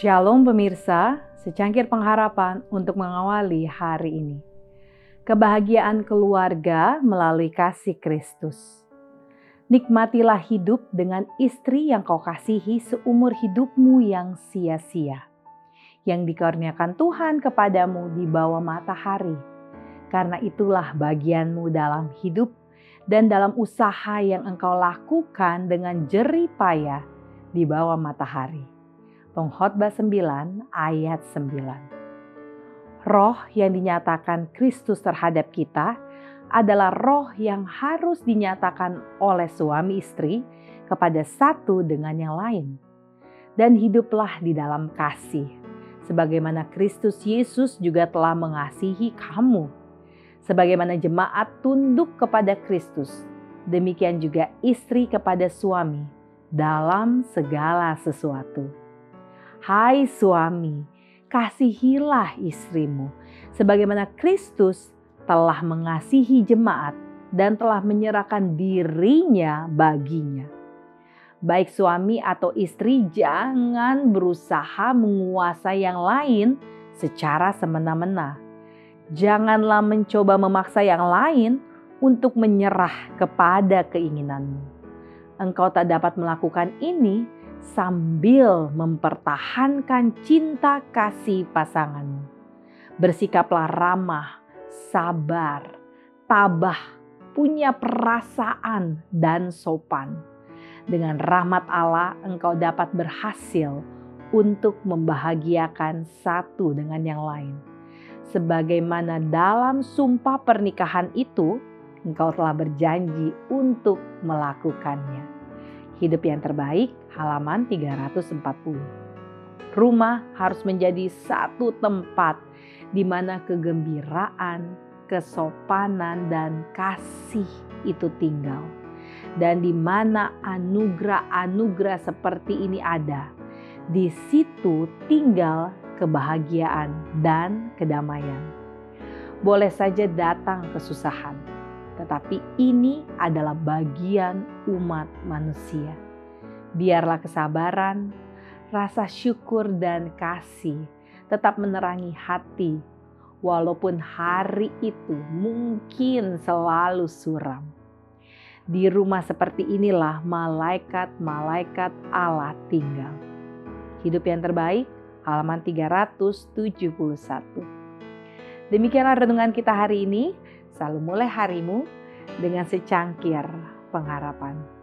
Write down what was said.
Shalom pemirsa, secangkir pengharapan untuk mengawali hari ini. Kebahagiaan keluarga melalui kasih Kristus. Nikmatilah hidup dengan istri yang kau kasihi seumur hidupmu yang sia-sia, yang dikaruniakan Tuhan kepadamu di bawah matahari. Karena itulah bagianmu dalam hidup dan dalam usaha yang engkau lakukan dengan jerih payah di bawah matahari. Pengkhotbah 9 ayat 9. Roh yang dinyatakan Kristus terhadap kita adalah roh yang harus dinyatakan oleh suami istri kepada satu dengan yang lain. Dan hiduplah di dalam kasih, sebagaimana Kristus Yesus juga telah mengasihi kamu. Sebagaimana jemaat tunduk kepada Kristus, demikian juga istri kepada suami dalam segala sesuatu. Hai suami, kasihilah istrimu, sebagaimana Kristus telah mengasihi jemaat dan telah menyerahkan dirinya baginya. Baik suami atau istri jangan berusaha menguasai yang lain secara semena-mena. Janganlah mencoba memaksa yang lain untuk menyerah kepada keinginanmu. Engkau tak dapat melakukan ini sambil mempertahankan cinta kasih pasanganmu. Bersikaplah ramah, sabar, tabah, punya perasaan dan sopan. Dengan rahmat Allah engkau dapat berhasil untuk membahagiakan satu dengan yang lain. Sebagaimana dalam sumpah pernikahan itu engkau telah berjanji untuk melakukannya. Hidup yang terbaik, halaman 340. Rumah harus menjadi satu tempat di mana kegembiraan, kesopanan, dan kasih itu tinggal. Dan di mana anugerah-anugerah seperti ini ada, di situ tinggal kebahagiaan dan kedamaian. Boleh saja datang kesusahan, tetapi ini adalah bagian umat manusia. Biarlah kesabaran, rasa syukur dan kasih tetap menerangi hati, walaupun hari itu mungkin selalu suram. Di rumah seperti inilah malaikat-malaikat Allah tinggal. Hidup yang terbaik, halaman 371. Demikianlah renungan kita hari ini. Selalu mulai harimu dengan secangkir pengharapan.